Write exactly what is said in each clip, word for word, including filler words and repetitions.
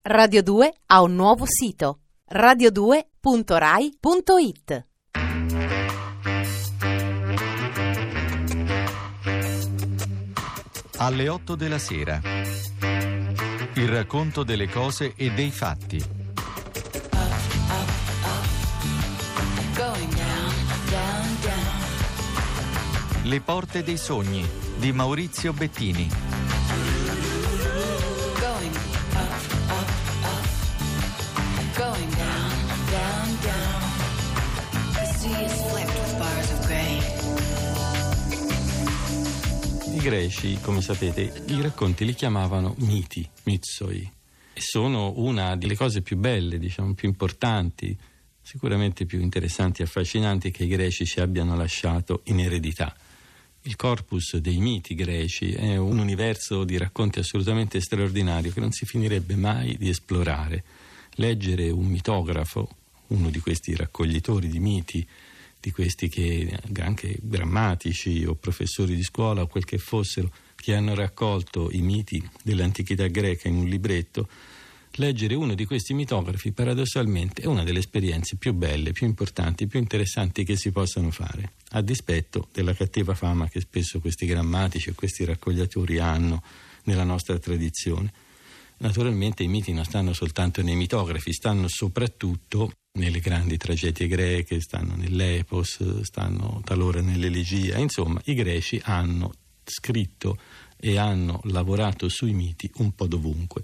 Radio due ha un nuovo sito: radio due punto rai punto it. Alle otto della sera. Il racconto delle cose e dei fatti. Le porte dei sogni di Maurizio Bettini. I greci, come sapete, i racconti li chiamavano miti, mitsoi, e sono una delle cose più belle, diciamo, più importanti, sicuramente più interessanti e affascinanti che i greci ci abbiano lasciato in eredità. Il corpus dei miti greci è un universo di racconti assolutamente straordinario che non si finirebbe mai di esplorare. Leggere un mitografo, uno di questi raccoglitori di miti, di questi che anche grammatici o professori di scuola o quel che fossero, che hanno raccolto i miti dell'antichità greca in un libretto, leggere uno di questi mitografi paradossalmente è una delle esperienze più belle, più importanti, più interessanti che si possano fare, a dispetto della cattiva fama che spesso questi grammatici o questi raccogliatori hanno nella nostra tradizione. Naturalmente i miti non stanno soltanto nei mitografi, stanno soprattutto nelle grandi tragedie greche, stanno nell'epos, stanno talora nell'elegia. Insomma, i greci hanno scritto e hanno lavorato sui miti un po' dovunque.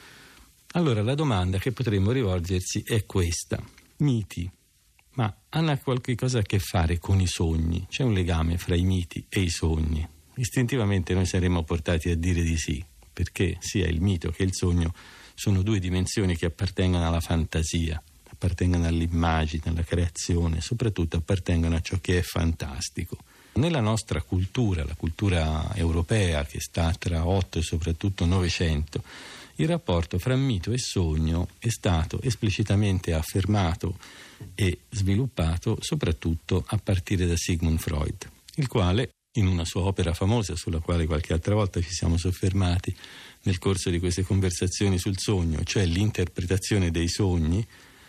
Allora la domanda che potremmo rivolgersi è questa: miti, ma hanno qualche cosa a che fare con i sogni? C'è un legame fra i miti e i sogni? Istintivamente noi saremmo portati a dire di sì, perché sia il mito che il sogno sono due dimensioni che appartengono alla fantasia, appartengono all'immagine, alla creazione, soprattutto appartengono a ciò che è fantastico. Nella nostra cultura, la cultura europea che sta tra otto e soprattutto novecento, il rapporto fra mito e sogno è stato esplicitamente affermato e sviluppato soprattutto a partire da Sigmund Freud, il quale, in una sua opera famosa, sulla quale qualche altra volta ci siamo soffermati nel corso di queste conversazioni sul sogno, cioè l'interpretazione dei sogni,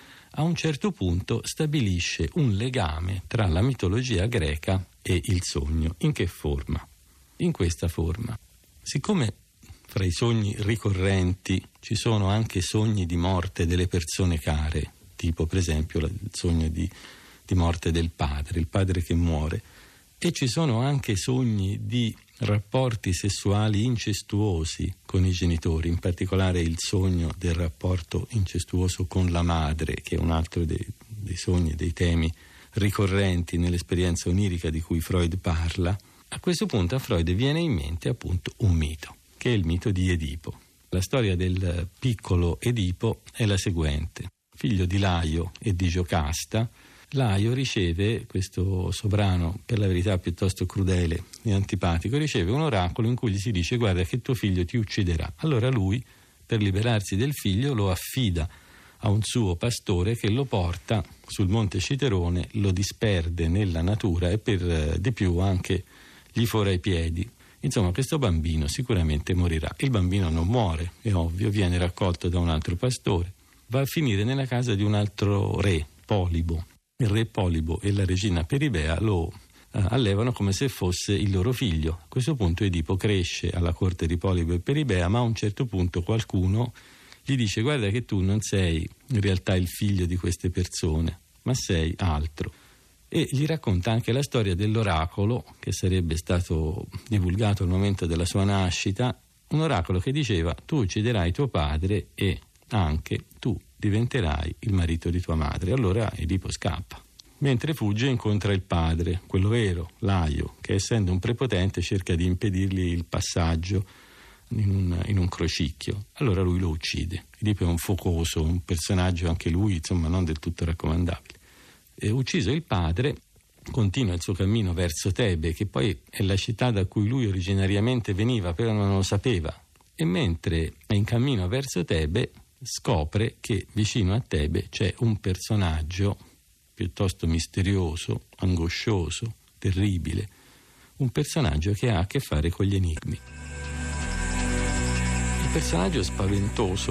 a un certo punto stabilisce un legame tra la mitologia greca e il sogno. In che forma? In questa forma. Siccome fra i sogni ricorrenti ci sono anche sogni di morte delle persone care, tipo per esempio il sogno di, di morte del padre, il padre che muore, e ci sono anche sogni di rapporti sessuali incestuosi con i genitori, in particolare il sogno del rapporto incestuoso con la madre, che è un altro dei, dei sogni, dei temi ricorrenti nell'esperienza onirica di cui Freud parla. A questo punto a Freud viene in mente appunto un mito, che è il mito di Edipo. La storia del piccolo Edipo è la seguente: figlio di Laio e di Giocasta, Laio riceve, questo sovrano per la verità piuttosto crudele e antipatico, riceve un oracolo in cui gli si dice: guarda che tuo figlio ti ucciderà. Allora lui, per liberarsi del figlio, lo affida a un suo pastore che lo porta sul monte Citerone, lo disperde nella natura e per di più anche gli fora i piedi. Insomma, questo bambino sicuramente morirà. Il bambino non muore, è ovvio, viene raccolto da un altro pastore, va a finire nella casa di un altro re, Polibo. Il re Polibo e la regina Peribea lo eh, allevano come se fosse il loro figlio. A questo punto Edipo cresce alla corte di Polibo e Peribea, ma a un certo punto qualcuno gli dice: guarda che tu non sei in realtà il figlio di queste persone, ma sei altro. E gli racconta anche la storia dell'oracolo che sarebbe stato divulgato al momento della sua nascita, un oracolo che diceva: tu ucciderai tuo padre e anche tu diventerai il marito di tua madre. Allora Edipo scappa. Mentre fugge incontra il padre, quello vero, Laio, che essendo un prepotente cerca di impedirgli il passaggio in un, in un crocicchio. Allora lui lo uccide. Edipo è un focoso, un personaggio anche lui, insomma, non del tutto raccomandabile. E ucciso il padre, continua il suo cammino verso Tebe, che poi è la città da cui lui originariamente veniva, però non lo sapeva. E mentre è in cammino verso Tebe, scopre che vicino a Tebe c'è un personaggio piuttosto misterioso, angoscioso, terribile, un personaggio che ha a che fare con gli enigmi. Il personaggio spaventoso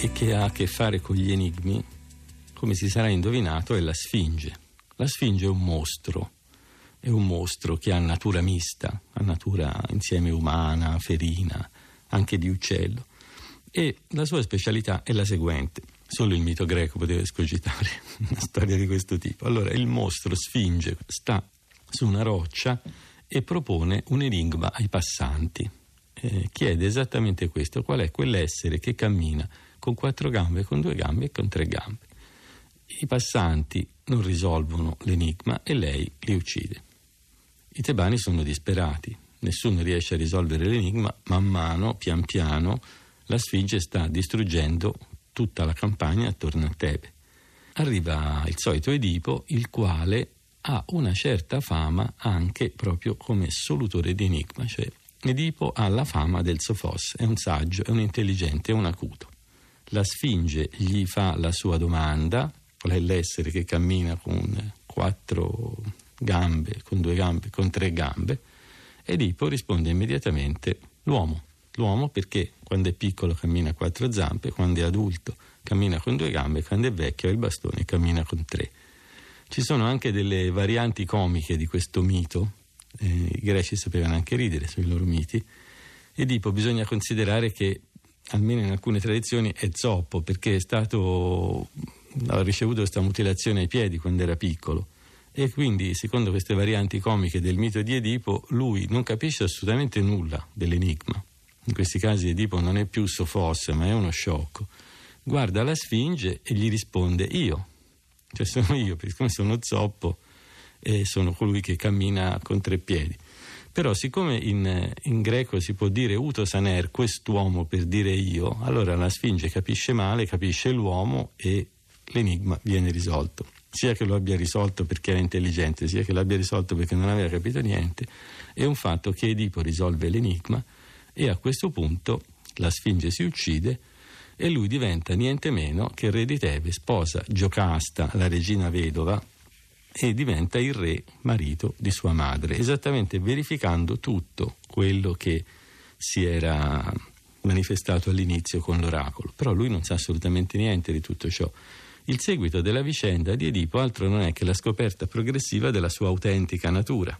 e che ha a che fare con gli enigmi, come si sarà indovinato, è la Sfinge. La Sfinge è un mostro, è un mostro che ha natura mista, ha natura insieme umana, ferina, anche di uccello. E la sua specialità è la seguente: solo il mito greco poteva escogitare una storia di questo tipo. Allora, il mostro Sfinge sta su una roccia e propone un enigma ai passanti. Eh, chiede esattamente questo: qual è quell'essere che cammina con quattro gambe, con due gambe e con tre gambe? I passanti non risolvono l'enigma e lei li uccide. I tebani sono disperati, nessuno riesce a risolvere l'enigma. Man mano, pian piano, la Sfinge sta distruggendo tutta la campagna attorno a Tebe. Arriva il solito Edipo, il quale ha una certa fama anche proprio come solutore di enigma, cioè Edipo ha la fama del Sofos, è un saggio, è un intelligente, è un acuto. La Sfinge gli fa la sua domanda: qual è l'essere che cammina con quattro gambe, con due gambe, con tre gambe? Edipo risponde immediatamente: l'uomo. L'uomo perché quando è piccolo cammina a quattro zampe, quando è adulto cammina con due gambe, quando è vecchio ha il bastone e cammina con tre. Ci sono anche delle varianti comiche di questo mito, eh, i greci sapevano anche ridere sui loro miti. Edipo bisogna considerare che, almeno in alcune tradizioni, è zoppo, perché è stato, ha ricevuto questa mutilazione ai piedi quando era piccolo, e quindi, secondo queste varianti comiche del mito di Edipo, lui non capisce assolutamente nulla dell'enigma. In questi casi Edipo non è più Sofos, ma è uno sciocco. Guarda la Sfinge e gli risponde: io, cioè sono io, perché come sono zoppo e sono colui che cammina con tre piedi. Però siccome in, in greco si può dire utos aner, quest'uomo, per dire io, allora la Sfinge capisce male, capisce l'uomo e l'enigma viene risolto. Sia che lo abbia risolto perché era intelligente, sia che l'abbia risolto perché non aveva capito niente, è un fatto che Edipo risolve l'enigma e a questo punto la Sfinge si uccide e lui diventa niente meno che il re di Tebe, sposa Giocasta, la regina vedova, e diventa il re marito di sua madre, esattamente verificando tutto quello che si era manifestato all'inizio con l'oracolo. Però lui non sa assolutamente niente di tutto ciò. Il seguito della vicenda di Edipo altro non è che la scoperta progressiva della sua autentica natura.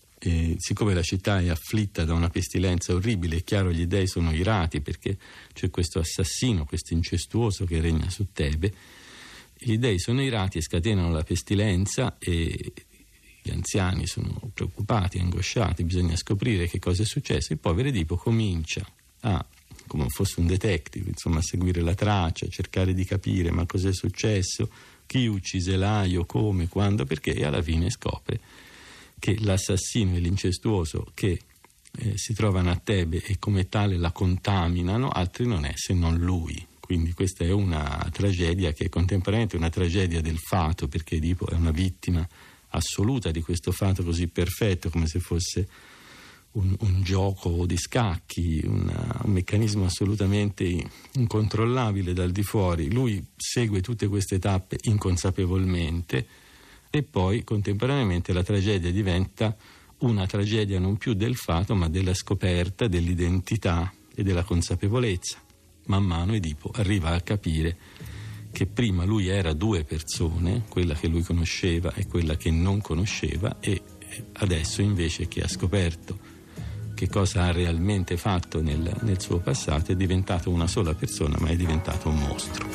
E siccome la città è afflitta da una pestilenza orribile, è chiaro gli dei sono irati perché c'è questo assassino, questo incestuoso che regna su Tebe. Gli dei sono irati e scatenano la pestilenza e gli anziani sono preoccupati, angosciati, bisogna scoprire che cosa è successo. Il povero Edipo comincia a, come fosse un detective, insomma, a seguire la traccia, a cercare di capire ma cos'è successo, chi uccise Laio, come, quando, perché, e alla fine scopre che l'assassino e l'incestuoso che eh, si trovano a Tebe e come tale la contaminano, altri non è se non lui. Quindi questa è una tragedia che è contemporaneamente una tragedia del fato, perché Edipo è una vittima assoluta di questo fato così perfetto, come se fosse un, un gioco di scacchi, una, un meccanismo assolutamente incontrollabile dal di fuori. Lui segue tutte queste tappe inconsapevolmente e poi contemporaneamente la tragedia diventa una tragedia non più del fato ma della scoperta dell'identità e della consapevolezza. Man mano Edipo arriva a capire che prima lui era due persone, quella che lui conosceva e quella che non conosceva, e adesso invece che ha scoperto che cosa ha realmente fatto nel, nel suo passato, è diventato una sola persona, ma è diventato un mostro.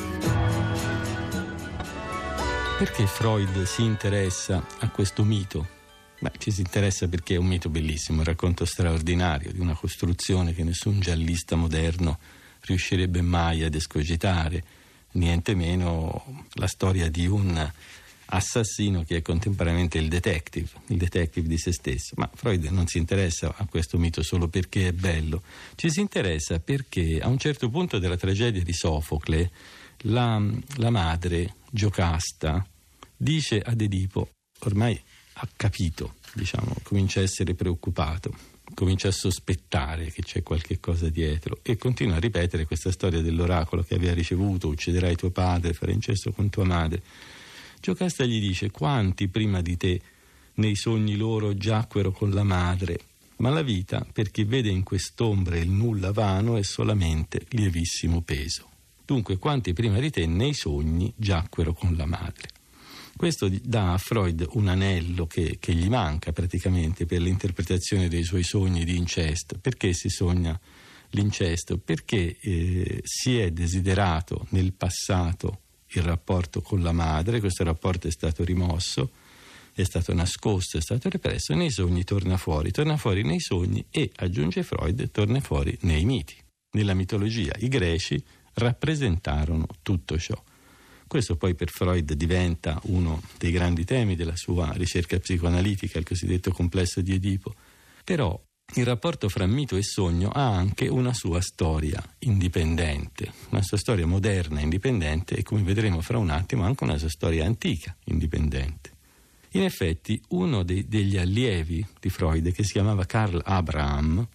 Perché Freud si interessa a questo mito? Beh, ci si interessa perché è un mito bellissimo, un racconto straordinario di una costruzione che nessun giallista moderno riuscirebbe mai ad escogitare, niente meno la storia di un assassino che è contemporaneamente il detective, il detective di se stesso. Ma Freud non si interessa a questo mito solo perché è bello, ci si interessa perché a un certo punto della tragedia di Sofocle la, la madre, Giocasta, dice ad Edipo, ormai ha capito, diciamo, comincia a essere preoccupato, comincia a sospettare che c'è qualche cosa dietro e continua a ripetere questa storia dell'oracolo che aveva ricevuto: ucciderai tuo padre, farai incesto con tua madre. Giocasta gli dice: quanti prima di te nei sogni loro giacquero con la madre, ma la vita per chi vede in quest'ombre il nulla vano è solamente lievissimo peso. Dunque, quanti prima di te nei sogni giacquero con la madre. Questo dà a Freud un anello che, che gli manca praticamente per l'interpretazione dei suoi sogni di incesto. Perché si sogna l'incesto? Perché eh, si è desiderato nel passato il rapporto con la madre, questo rapporto è stato rimosso, è stato nascosto, è stato represso, e nei sogni torna fuori, torna fuori nei sogni e, aggiunge Freud, torna fuori nei miti. Nella mitologia i greci rappresentarono tutto ciò. Questo poi per Freud diventa uno dei grandi temi della sua ricerca psicoanalitica, il cosiddetto complesso di Edipo. Però il rapporto fra mito e sogno ha anche una sua storia indipendente, una sua storia moderna indipendente, e come vedremo fra un attimo anche una sua storia antica indipendente. In effetti uno dei, degli allievi di Freud, che si chiamava Karl Abraham,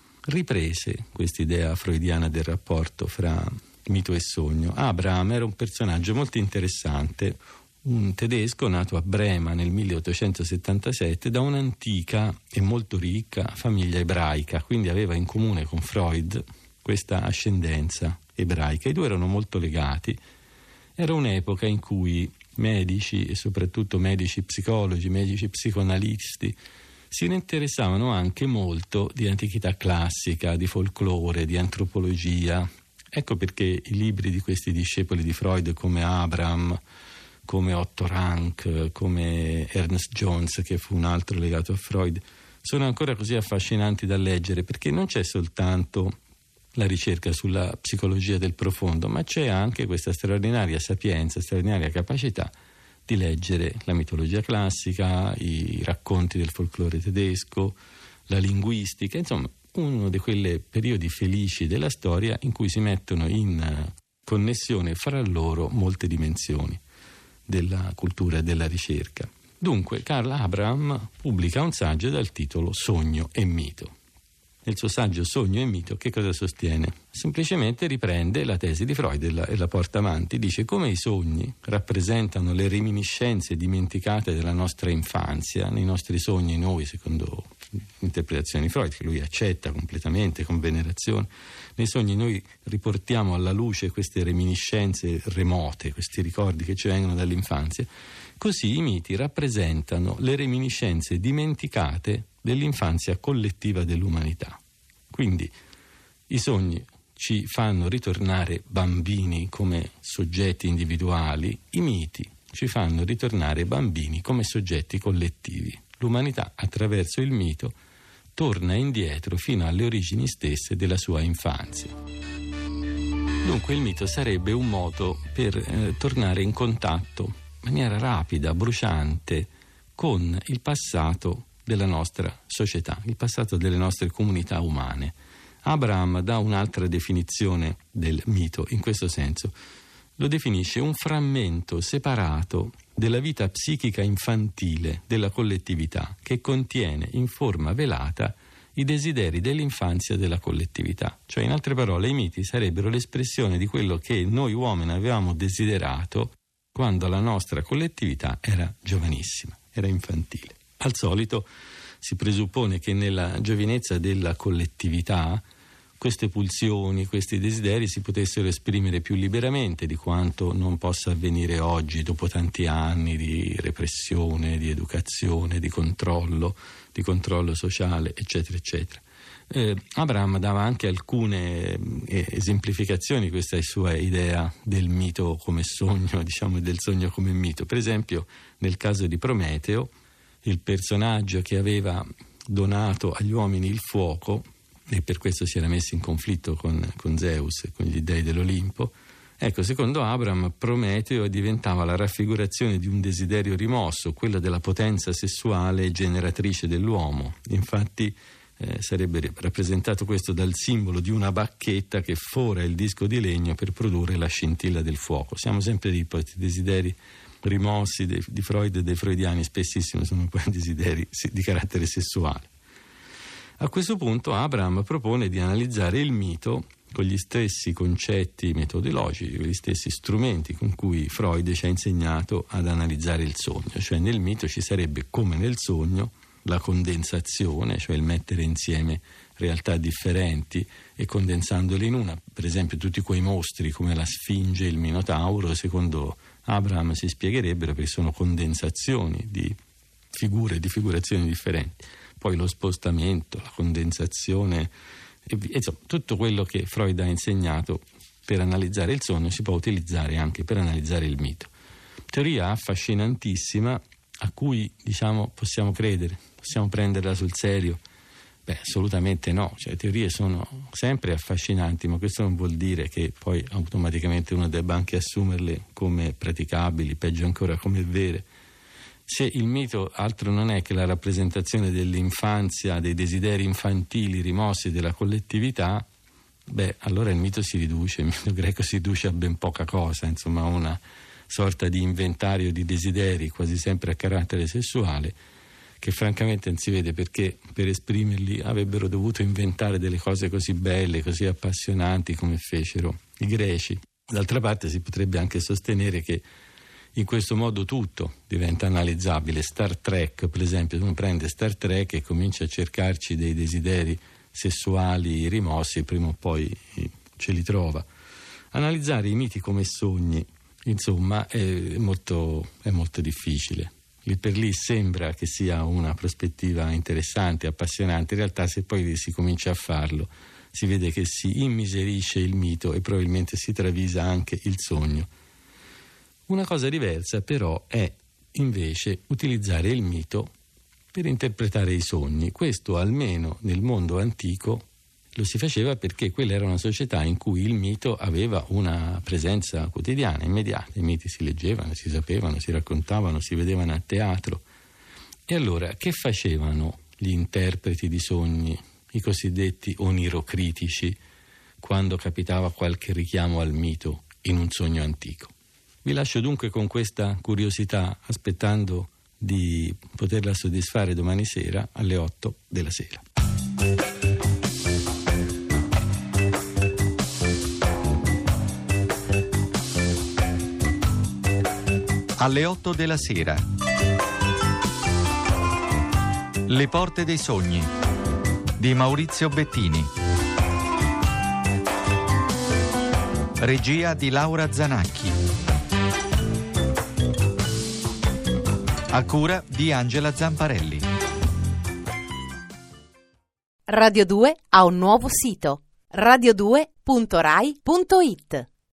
riprese quest'idea freudiana del rapporto fra mito e sogno. Abraham era un personaggio molto interessante, un tedesco nato a Brema nel milleottocentosettantasette da un'antica e molto ricca famiglia ebraica, quindi aveva in comune con Freud questa ascendenza ebraica. I due erano molto legati. Era un'epoca in cui medici, e soprattutto medici psicologi, medici psicoanalisti, si interessavano anche molto di antichità classica, di folklore, di antropologia. Ecco perché i libri di questi discepoli di Freud, come Abraham, come Otto Rank, come Ernest Jones, che fu un altro legato a Freud, sono ancora così affascinanti da leggere, perché non c'è soltanto la ricerca sulla psicologia del profondo, ma c'è anche questa straordinaria sapienza, straordinaria capacità di leggere la mitologia classica, i racconti del folklore tedesco, la linguistica, insomma uno di quei periodi felici della storia in cui si mettono in connessione fra loro molte dimensioni della cultura e della ricerca. Dunque Karl Abraham pubblica un saggio dal titolo Sogno e mito. Nel suo saggio Sogno e mito che cosa sostiene? Semplicemente riprende la tesi di Freud e la, e la porta avanti. Dice: come i sogni rappresentano le reminiscenze dimenticate della nostra infanzia, nei nostri sogni noi, secondo l'interpretazione di Freud, che lui accetta completamente con venerazione, nei sogni noi riportiamo alla luce queste reminiscenze remote, questi ricordi che ci vengono dall'infanzia, così i miti rappresentano le reminiscenze dimenticate dell'infanzia collettiva dell'umanità. Quindi i sogni ci fanno ritornare bambini come soggetti individuali, i miti ci fanno ritornare bambini come soggetti collettivi. L'umanità, attraverso il mito, torna indietro fino alle origini stesse della sua infanzia. Dunque il mito sarebbe un modo per eh, tornare in contatto in maniera rapida, bruciante, con il passato della nostra società, il passato delle nostre comunità umane. Abraham dà un'altra definizione del mito in questo senso. Lo definisce un frammento separato della vita psichica infantile della collettività, che contiene in forma velata i desideri dell'infanzia della collettività. Cioè, in altre parole, i miti sarebbero l'espressione di quello che noi uomini avevamo desiderato quando la nostra collettività era giovanissima, era infantile. Al solito si presuppone che nella giovinezza della collettività queste pulsioni, questi desideri si potessero esprimere più liberamente di quanto non possa avvenire oggi, dopo tanti anni di repressione, di educazione, di controllo, di controllo sociale, eccetera, eccetera. Eh, Abraham dava anche alcune eh, esemplificazioni di questa sua idea del mito come sogno, diciamo, del sogno come mito. Per esempio, nel caso di Prometeo, il personaggio che aveva donato agli uomini il fuoco e per questo si era messo in conflitto con, con Zeus e con gli dei dell'Olimpo, ecco, secondo Abraham, Prometeo diventava la raffigurazione di un desiderio rimosso, quello della potenza sessuale generatrice dell'uomo. Infatti eh, sarebbe rappresentato questo dal simbolo di una bacchetta che fora il disco di legno per produrre la scintilla del fuoco. Siamo sempre di desideri rimossi dei, di Freud e dei freudiani, spessissimo sono poi desideri di carattere sessuale. A questo punto Abraham propone di analizzare il mito con gli stessi concetti metodologici, con gli stessi strumenti con cui Freud ci ha insegnato ad analizzare il sogno. Cioè nel mito ci sarebbe, come nel sogno, la condensazione, cioè il mettere insieme realtà differenti e condensandole in una. Per esempio tutti quei mostri come la Sfinge e il Minotauro, secondo Abraham si spiegherebbero perché sono condensazioni di figure, di figurazioni differenti. Poi lo spostamento, la condensazione, e via. Insomma, tutto quello che Freud ha insegnato per analizzare il sogno si può utilizzare anche per analizzare il mito. Teoria affascinantissima a cui, diciamo, possiamo credere, possiamo prenderla sul serio. Beh, assolutamente no, cioè, le teorie sono sempre affascinanti, ma questo non vuol dire che poi automaticamente uno debba anche assumerle come praticabili, peggio ancora come vere. Se il mito altro non è che la rappresentazione dell'infanzia, dei desideri infantili rimossi della collettività, beh, allora il mito si riduce, il mito greco si riduce a ben poca cosa, insomma, una sorta di inventario di desideri quasi sempre a carattere sessuale, che francamente non si vede perché per esprimerli avrebbero dovuto inventare delle cose così belle, così appassionanti come fecero i greci. D'altra parte si potrebbe anche sostenere che in questo modo tutto diventa analizzabile. Star Trek, per esempio, uno prende Star Trek e comincia a cercarci dei desideri sessuali rimossi, prima o poi ce li trova. Analizzare i miti come sogni, insomma, è molto, è molto difficile. Lì per lì sembra che sia una prospettiva interessante, appassionante, in realtà se poi si comincia a farlo si vede che si immiserisce il mito e probabilmente si travisa anche il sogno. Una cosa diversa però è invece utilizzare il mito per interpretare i sogni. Questo almeno nel mondo antico lo si faceva perché quella era una società in cui il mito aveva una presenza quotidiana, immediata. I miti si leggevano, si sapevano, si raccontavano, si vedevano a teatro. E allora che facevano gli interpreti di sogni, i cosiddetti onirocritici, quando capitava qualche richiamo al mito in un sogno antico? Vi lascio dunque con questa curiosità, aspettando di poterla soddisfare domani sera alle otto della sera. Alle otto della sera. Le porte dei sogni di Maurizio Bettini. Regia di Laura Zanacchi. A cura di Angela Zamparelli. Radio due ha un nuovo sito: radio due punto rai punto it.